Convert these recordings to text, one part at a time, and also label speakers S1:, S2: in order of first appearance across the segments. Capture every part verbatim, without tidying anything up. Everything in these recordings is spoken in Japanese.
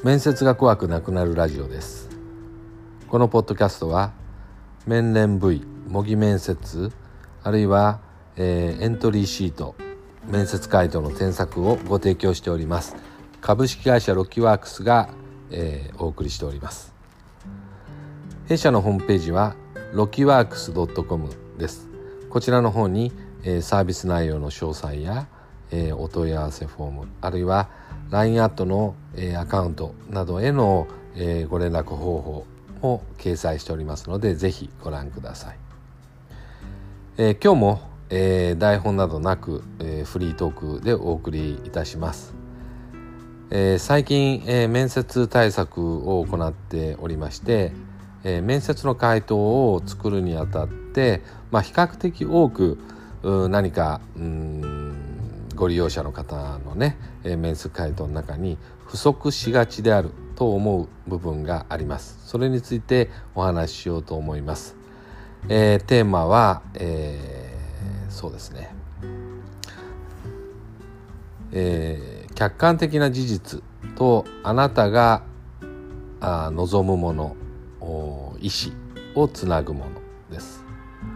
S1: 面接が怖くなくなるラジオです。このポッドキャストは面連 V、模擬面接、あるいは、えー、エントリーシート、面接回答の添削をご提供しております株式会社ロキワークスが、えー、お送りしております。弊社のホームページはロキワークスドットコムです。こちらの方に、えー、サービス内容の詳細や、えー、お問い合わせフォーム、あるいは ライン アットの、えー、アカウントなどへの、えー、ご連絡方法も掲載しておりますので、ぜひご覧ください。えー、今日も、えー、台本などなく、えー、フリートークでお送りいたします。えー、最近、えー、面接対策を行っておりまして、えー、面接の回答を作るにあたって、まあ、比較的多く何かうーんご利用者の方のね、えー、面接回答の中に不足しがちであると思う部分があります。それについてお話ししようと思います。えー、テーマは、えー、そうですね、えー、客観的な事実とあなたがあ望むもの、意思をつなぐものです。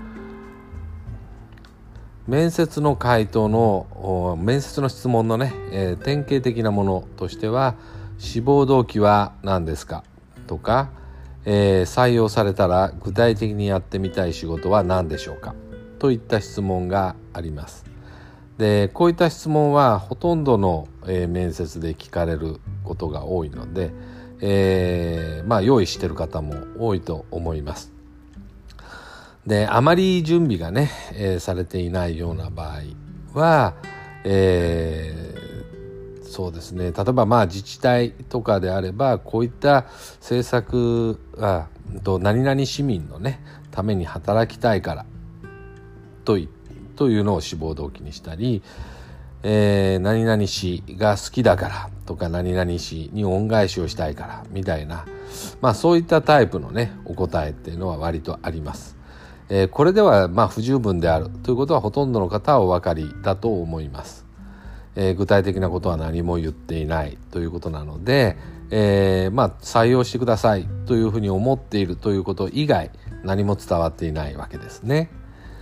S1: 面接の回答の面接の質問のね、えー、典型的なものとしては、志望動機は何ですかとか、えー、採用されたら具体的にやってみたい仕事は何でしょうかといった質問があります。で、こういった質問はほとんどの、えー、面接で聞かれることが多いので、えー、まあ用意している方も多いと思います。で、あまり準備がね、えー、されていないような場合は、えー、そうですね、例えばまあ自治体とかであれば、こういった政策はと何々市民のねために働きたいからといというのを志望動機にしたり、えー、何々市が好きだからとか、何々市に恩返しをしたいからみたいな、まあそういったタイプのねお答えっていうのは割とあります。えー、これではまあ不十分であるということはほとんどの方はお分かりだと思います。えー、具体的なことは何も言っていないということなので、えー、まあ採用してくださいというふうに思っているということ以外何も伝わっていないわけですね。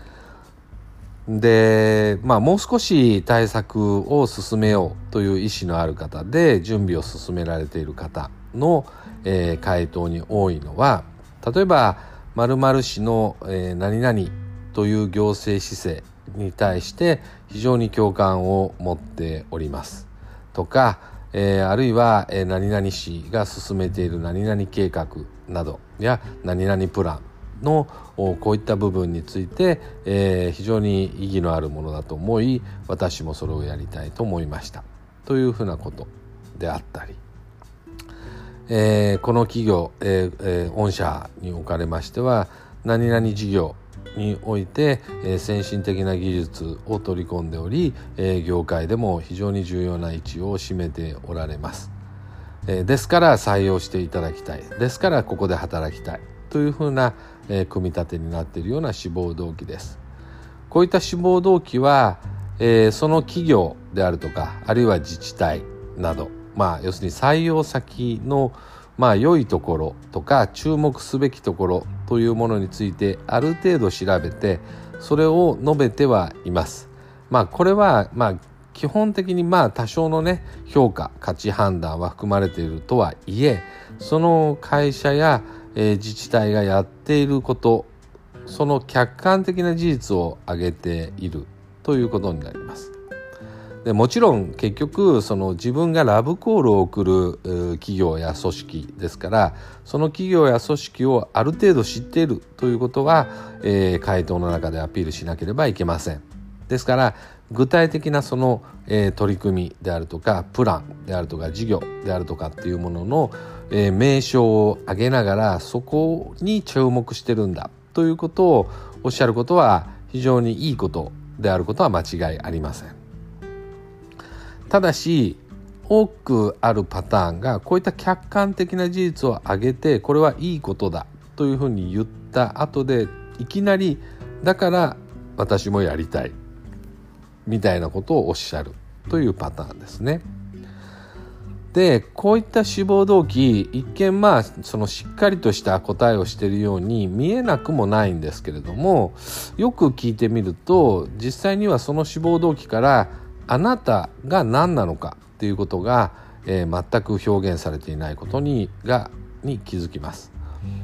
S1: で、まあもう少し対策を進めようという意思のある方で準備を進められている方の、えー、回答に多いのは、例えば〇〇市の、えー、何々という行政姿勢に対して非常に共感を持っておりますとか、えー、あるいは、えー、何々市が進めている何々計画などや何々プランのこういった部分について、えー、非常に意義のあるものだと思い、私もそれをやりたいと思いましたというふうなことであったり、えー、この企業、えーえー、御社におかれましては何々事業において、えー、先進的な技術を取り込んでおり、えー、業界でも非常に重要な位置を占めておられます、えー、ですから採用していただきたい、ですからここで働きたいというふうな、えー、組み立てになっているような志望動機です。こういった志望動機は、えー、その企業であるとか、あるいは自治体など、まあ要するに採用先のまあ良いところとか注目すべきところというものについてある程度調べて、それを述べてはいます。まあこれはまあ基本的にまあ多少のね評価価値判断は含まれているとはいえ、その会社や、えー、自治体がやっていること、その客観的な事実を挙げているということになります。でもちろん結局その自分がラブコールを送る企業や組織ですから、その企業や組織をある程度知っているということは、えー、回答の中でアピールしなければいけません。ですから具体的なその、えー、取り組みであるとかプランであるとか事業であるとかっていうものの、えー、名称を挙げながらそこに注目してるんだということをおっしゃることは非常にいいことであることは間違いありません。ただし多くあるパターンがこういった客観的な事実を挙げて、これはいいことだというふうに言った後でいきなりだから私もやりたいみたいなことをおっしゃるというパターンですね。 でこういった志望動機、一見まあそのしっかりとした答えをしているように見えなくもないんですけれども、よく聞いてみると実際にはその志望動機からあなたが何なのかっていうことが、えー、全く表現されていないことにがに気づきます。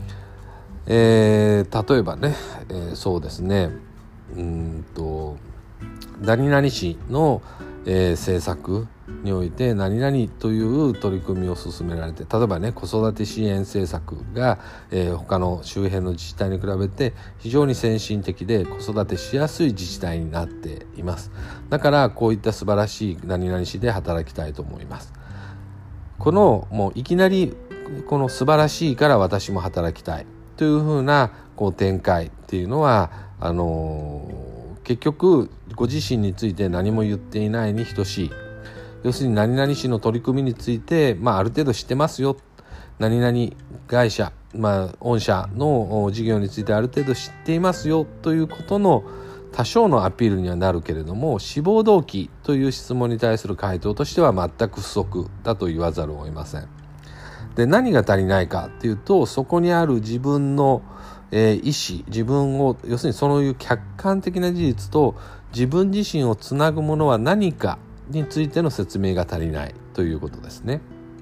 S1: えー、例えばね、えー、そうですねうーんと何々市の、えー、政策において何々という取り組みを進められて、例えばね子育て支援政策が、えー、他の周辺の自治体に比べて非常に先進的で子育てしやすい自治体になっています。だからこういった素晴らしい何々市で働きたいと思います。このもういきなりこの素晴らしいから私も働きたいというふうなこう展開っていうのはあのー、結局ご自身について何も言っていないに等しい。要するに何々市の取り組みについて、まあ、ある程度知ってますよ、何々会社、まあ、御社の事業についてある程度知っていますよということの多少のアピールにはなるけれども、志望動機という質問に対する回答としては全く不足だと言わざるを得ません。で、何が足りないかっていうと、そこにある自分の、えー、意思、自分を要するにそういう客観的な事実と自分自身をつなぐものは何かについての説明が足りないということですね。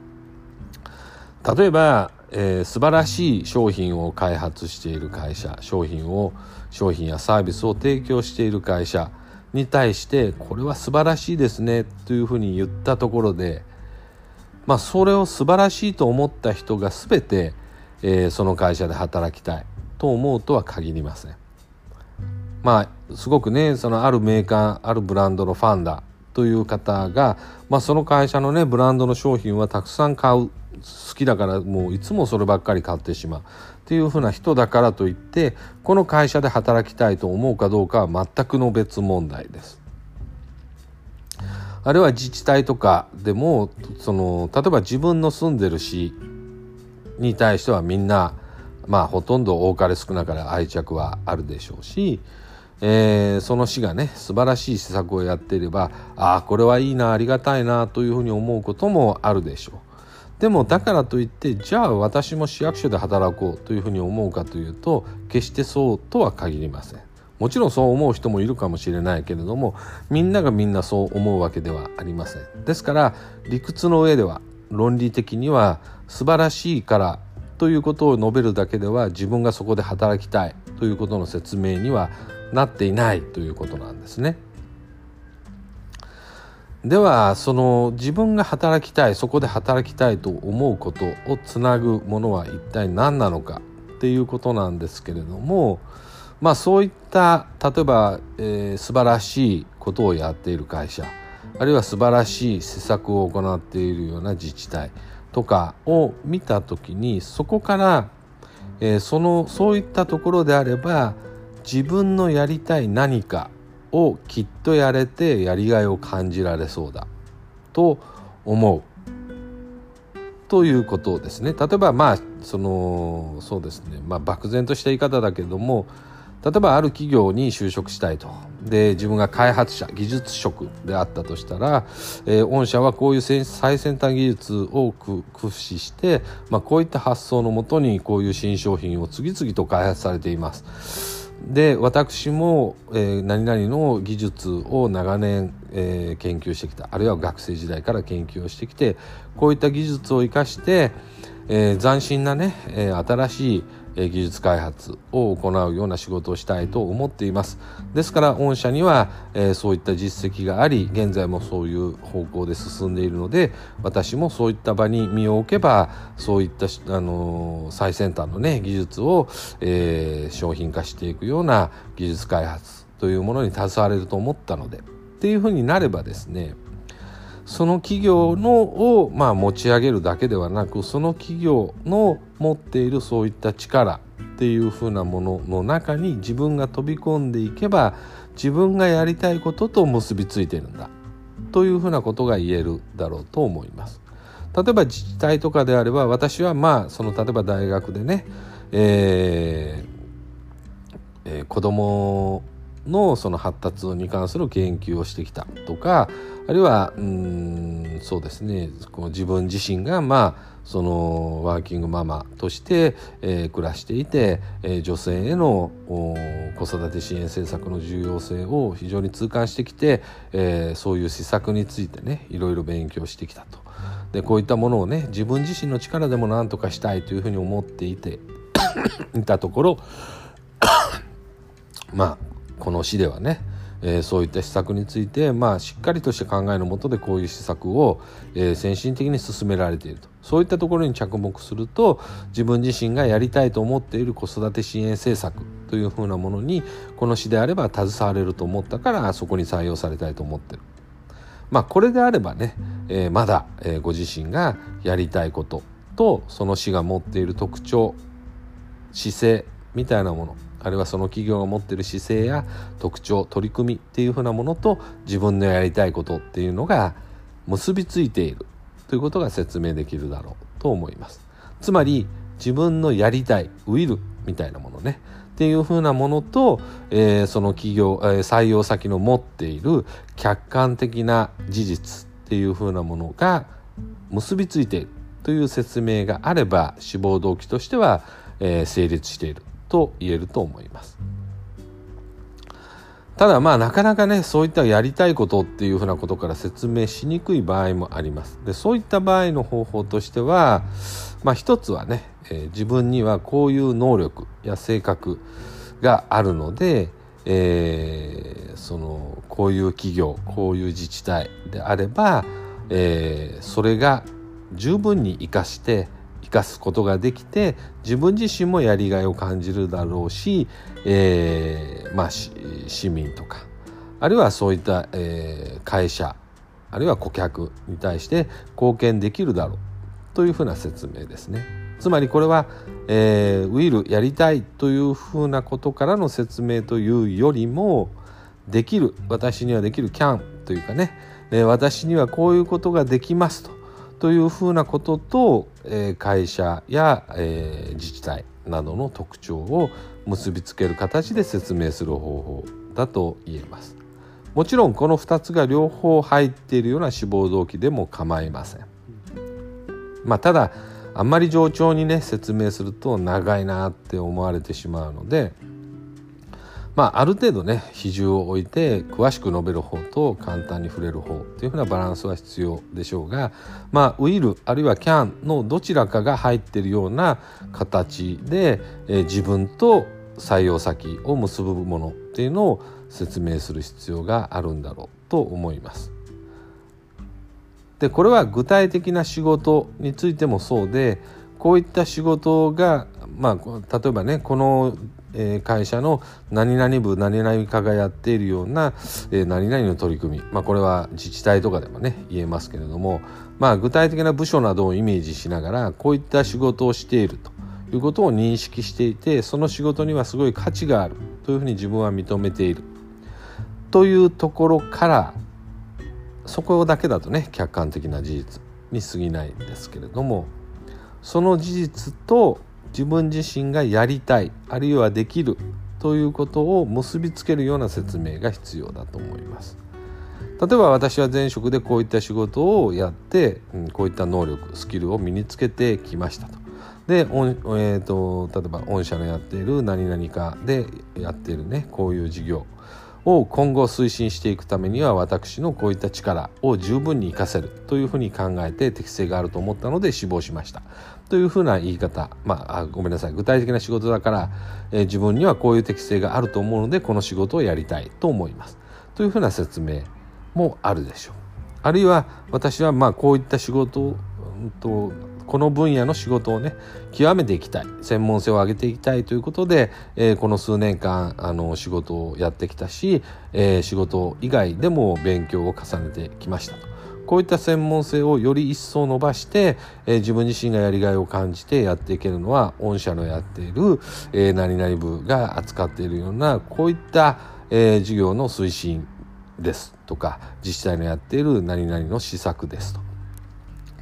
S1: 例えば、えー、素晴らしい商品を開発している会社、商品を商品やサービスを提供している会社に対してこれは素晴らしいですねというふうに言ったところで、まあそれを素晴らしいと思った人が全て、えー、その会社で働きたいと思うとは限りません。まあすごくね、そのあるメーカー、あるブランドのファンだという方が、まあ、その会社のねブランドの商品はたくさん買う、好きだからもういつもそればっかり買ってしまうっていうふうな人だからといってこの会社で働きたいと思うかどうかは全くの別問題です。あるいは自治体とかでもその例えば自分の住んでる市に対してはみんなまあほとんど多かれ少なかれ愛着はあるでしょうし、えー、その市がね素晴らしい施策をやっていれば、ああこれはいいな、ありがたいなというふうに思うこともあるでしょう。でもだからといってじゃあ私も市役所で働こうというふうに思うかというと決してそうとは限りません。もちろんそう思う人もいるかもしれないけれども、みんながみんなそう思うわけではありません。ですから理屈の上では論理的には素晴らしいからということを述べるだけでは自分がそこで働きたいということの説明にはなっていないということなんですね。ではその自分が働きたい、そこで働きたいと思うことをつなぐものは一体何なのかっていうことなんですけれども、まあそういった例えば、えー、素晴らしいことをやっている会社、あるいは素晴らしい施策を行っているような自治体とかを見たときに、そこから、えー、そのそういったところであれば自分のやりたい何かをきっとやれてやりがいを感じられそうだと思うということですね。例えばまあそのそうですね、まあ漠然とした言い方だけども、例えばある企業に就職したいと、で自分が開発者、技術職であったとしたら、えー、御社はこういう最先端技術を駆使して、まあ、こういった発想のもとにこういう新商品を次々と開発されています。で私も、えー、何々の技術を長年、えー、研究してきた、あるいは学生時代から研究をしてきて、こういった技術を生かして、えー、斬新なね、えー、新しい技術開発を行うような仕事をしたいと思っています。ですから御社には、えー、そういった実績があり、現在もそういう方向で進んでいるので、私もそういった場に身を置けばそういった、あのー、最先端のね技術を、えー、商品化していくような技術開発というものに携われると思ったのでっていうふうになればですね、その企業のを、まあ、持ち上げるだけではなく、その企業の持っているそういった力っていうふうなものの中に自分が飛び込んでいけば、自分がやりたいことと結びついているんだというふうなことが言えるだろうと思います。例えば自治体とかであれば、私はまあその例えば大学でね、えーえー、子どものその発達に関する研究をしてきたとか、あるいはうーんそうですね、こう自分自身がまあそのワーキングママとして、えー、暮らしていて、えー、女性への子育て支援政策の重要性を非常に痛感してきて、えー、そういう施策についてねいろいろ勉強してきたと。でこういったものをね自分自身の力でも何とかしたいというふうに思っていていたところまあこの市ではね、えー、そういった施策について、まあ、しっかりとした考えのもとでこういう施策を、えー、先進的に進められていると。そういったところに着目すると、自分自身がやりたいと思っている子育て支援政策というふうなものにこの市であれば携われると思ったから、そこに採用されたいと思っている。まあこれであればね、えー、まだ、えー、ご自身がやりたいこととその市が持っている特徴、姿勢みたいなもの、あるいはその企業が持っている姿勢や特徴、取り組みっていうふうなものと自分のやりたいことっていうのが結びついているということが説明できるだろうと思います。つまり自分のやりたいウィルみたいなものねっていうふうなものと、えー、その企業、えー、採用先の持っている客観的な事実っていうふうなものが結びついているという説明があれば、志望動機としては、えー、成立していると言えると思います。ただまあなかなかねそういったやりたいことっていうふうなことから説明しにくい場合もあります。でそういった場合の方法としては、まあ一つはね、えー、自分にはこういう能力や性格があるので、えー、そのこういう企業こういう自治体であれば、えー、それが十分に生かして生かすことができて、自分自身もやりがいを感じるだろうし、えーまあ、市民とかあるいはそういった、えー、会社あるいは顧客に対して貢献できるだろうというふうな説明ですね。つまりこれは、えー、ウィルやりたいというふうなことからの説明というよりも、できる、私にはできる、キャンというかね、えー、私にはこういうことができますとというふうなことと、えー、会社や、えー、自治体などの特徴を結びつける形で説明する方法だと言えます。もちろんこのふたつが両方入っているような志望動機でも構いません。まあ、ただあんまり冗長にね説明すると長いなって思われてしまうので、まあ、ある程度ね比重を置いて詳しく述べる方と簡単に触れる方というふうなバランスは必要でしょうが、まあ、ウィルあるいはキャンのどちらかが入っているような形で、えー、自分と採用先を結ぶものっていうのを説明する必要があるんだろうと思います。でこれは具体的な仕事についてもそうで、こういった仕事が、まあ、例えばねこの会社の何々部何々課がやっているような何々の取り組み、まあ、これは自治体とかでもね言えますけれども、まあ、具体的な部署などをイメージしながらこういった仕事をしているということを認識していて、その仕事にはすごい価値があるというふうに自分は認めているというところから、そこだけだとね客観的な事実に過ぎないんですけれども、その事実と自分自身がやりたいあるいはできるということを結びつけるような説明が必要だと思います。例えば私は前職でこういった仕事をやって、うん、こういった能力スキルを身につけてきましたと。で、えーと、例えば御社のやっている何々かでやっているねこういう事業を今後推進していくためには私のこういった力を十分に活かせるというふうに考えて適性があると思ったので志望しましたというふうな言い方、まあ、あごめんなさい具体的な仕事だから、えー、自分にはこういう適性があると思うのでこの仕事をやりたいと思いますというふうな説明もあるでしょう。あるいは私はまあこういった仕事を、うんとこの分野の仕事をね極めていきたい、専門性を上げていきたいということで、えー、この数年間あの仕事をやってきたし、えー、仕事以外でも勉強を重ねてきましたと。こういった専門性をより一層伸ばして、えー、自分自身がやりがいを感じてやっていけるのは御社のやっている、えー、何々部が扱っているようなこういった、えー、事業の推進ですとか、自治体のやっている何々の施策ですと。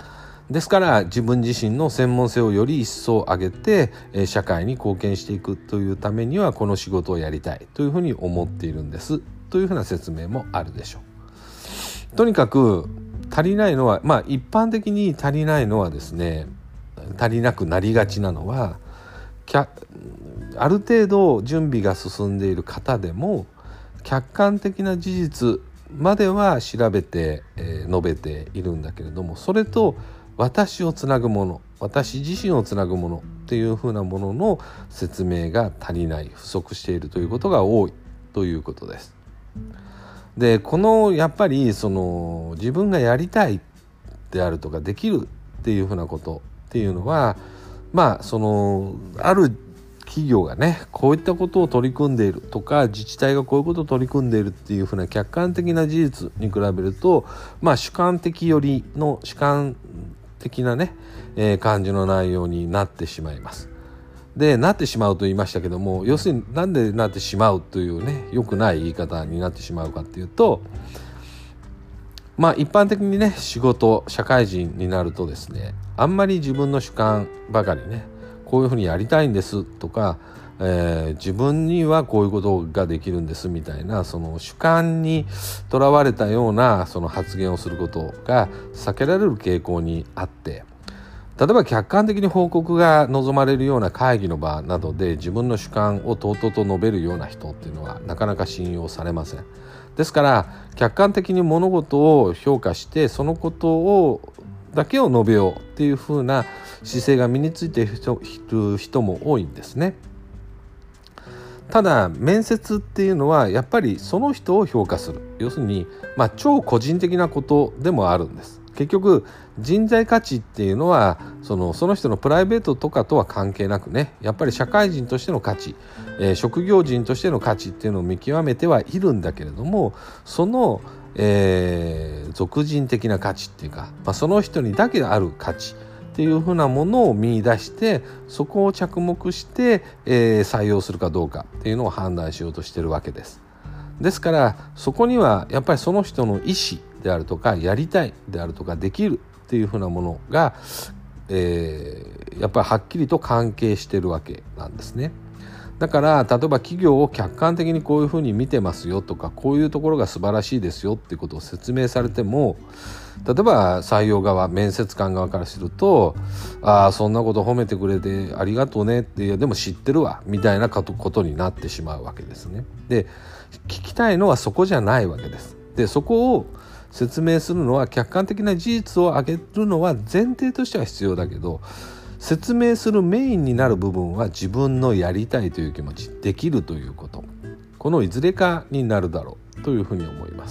S1: ですから自分自身の専門性をより一層上げて社会に貢献していくというためにはこの仕事をやりたいというふうに思っているんですというふうな説明もあるでしょう。とにかく足りないのは、まあ一般的に足りないのはですね、足りなくなりがちなのはある程度準備が進んでいる方でも客観的な事実までは調べて、えー、述べているんだけれども、それと私をつなぐもの、私自身をつなぐものっていうふうなものの説明が足りない、不足しているということが多いということです。で、このやっぱりその自分がやりたいであるとかできるっていうふうなことっていうのは、まあそのある企業がねこういったことを取り組んでいるとか自治体がこういうことを取り組んでいるっていうふうな客観的な事実に比べると、まあ主観的よりの主観的なね、えー、感じの内容になってしまいます。で、なってしまうと言いましたけども、要するになんでなってしまうというね良くない言い方になってしまうかっていうと、まあ一般的にね仕事社会人になるとですね、あんまり自分の主観ばかりねこういうふうにやりたいんですとか、えー、自分にはこういうことができるんですみたいなその主観にとらわれたようなその発言をすることが避けられる傾向にあって、例えば客観的に報告が望まれるような会議の場などで自分の主観をとうとうと述べるような人っていうのはなかなか信用されません。ですから客観的に物事を評価してそのことをだけを述べようっていう風な姿勢が身についている人、人も多いんですね。ただ面接っていうのはやっぱりその人を評価する、要するに、まあ、超個人的なことでもあるんです。結局人材価値っていうのはその、その人のプライベートとかとは関係なくね、やっぱり社会人としての価値、えー、職業人としての価値っていうのを見極めてはいるんだけれども、そのえー、属人的な価値っていうか、まあ、その人にだけある価値っていうふうなものを見出してそこを着目して、えー、採用するかどうかっていうのを判断しようとしているわけです。ですからそこにはやっぱりその人の意思であるとかやりたいであるとかできるっていうふうなものが、えー、やっぱりはっきりと関係しているわけなんですね。だから例えば企業を客観的にこういうふうに見てますよとかこういうところが素晴らしいですよっていうことを説明されても、例えば採用側面接官側からすると、ああそんなこと褒めてくれてありがとうねって、いやでも知ってるわみたいなことになってしまうわけですね。で聞きたいのはそこじゃないわけです。でそこを説明するのは客観的な事実を挙げるのは前提としては必要だけど、説明するメインになる部分は自分のやりたいという気持ち、できるということ、このいずれかになるだろうというふうに思います。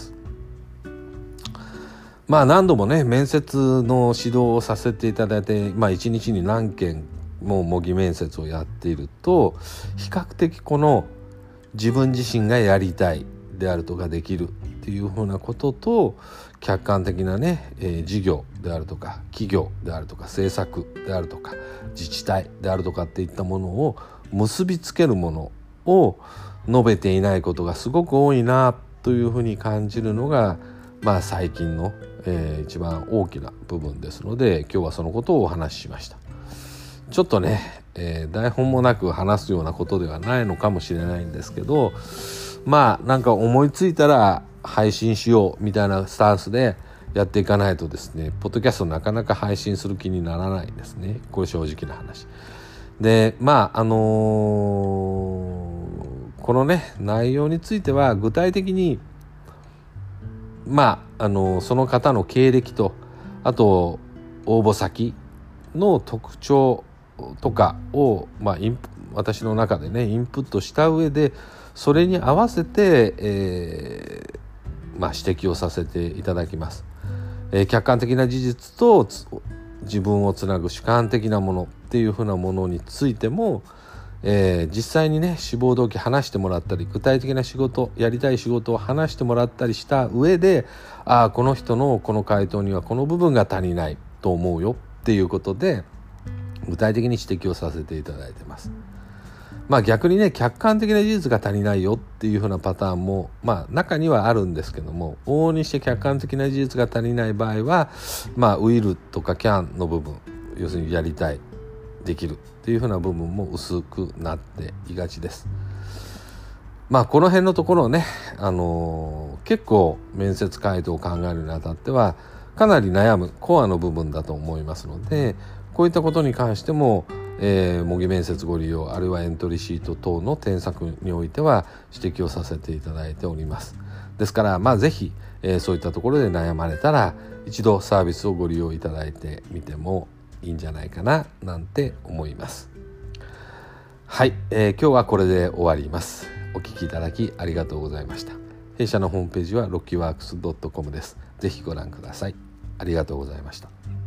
S1: まあ何度もね面接の指導をさせていただいて、まあ一日に何件も模擬面接をやっていると、比較的この自分自身がやりたいであるとかできるっていうふうなことと客観的なね、えー、事業であるとか企業であるとか政策であるとか自治体であるとかっていったものを結びつけるものを述べていないことがすごく多いなというふうに感じるのが、まあ最近の、えー、一番大きな部分ですので、今日はそのことをお話ししました。ちょっとね、えー、台本もなく話すようなことではないのかもしれないんですけど、まあなんか思いついたら配信しようみたいなスタンスでやっていかないとですね、ポッドキャストなかなか配信する気にならないですね。これ正直な話で、まああのー、このね内容については具体的にまああのー、その方の経歴とあと応募先の特徴とかを、まあ、インプ私の中でねインプットした上でそれに合わせて、えーまあ、指摘をさせていただきます。えー、客観的な事実と自分をつなぐ主観的なものっていうふうなものについても、えー、実際にね志望動機話してもらったり具体的な仕事やりたい仕事を話してもらったりした上で、ああこの人のこの回答にはこの部分が足りないと思うよっていうことで具体的に指摘をさせていただいてます。 まあ逆にね、客観的な事実が足りないよっていうふうなパターンもまあ中にはあるんですけども、往々にして客観的な事実が足りない場合は、まあウィルとかキャンの部分、要するにやりたい、できるっていうふうな部分も薄くなっていがちです。まあこの辺のところをね、あのー、結構面接回答を考えるにあたってはかなり悩むコアの部分だと思いますので、こういったことに関しても、えー、模擬面接ご利用あるいはエントリーシート等の添削においては指摘をさせていただいております。ですからまあぜひ、えー、そういったところで悩まれたら一度サービスをご利用いただいてみてもいいんじゃないかななんて思います。はい、えー、今日はこれで終わります。お聞きいただきありがとうございました。弊社のホームページはロッキーワークスドットコムです。ぜひご覧ください。ありがとうございました。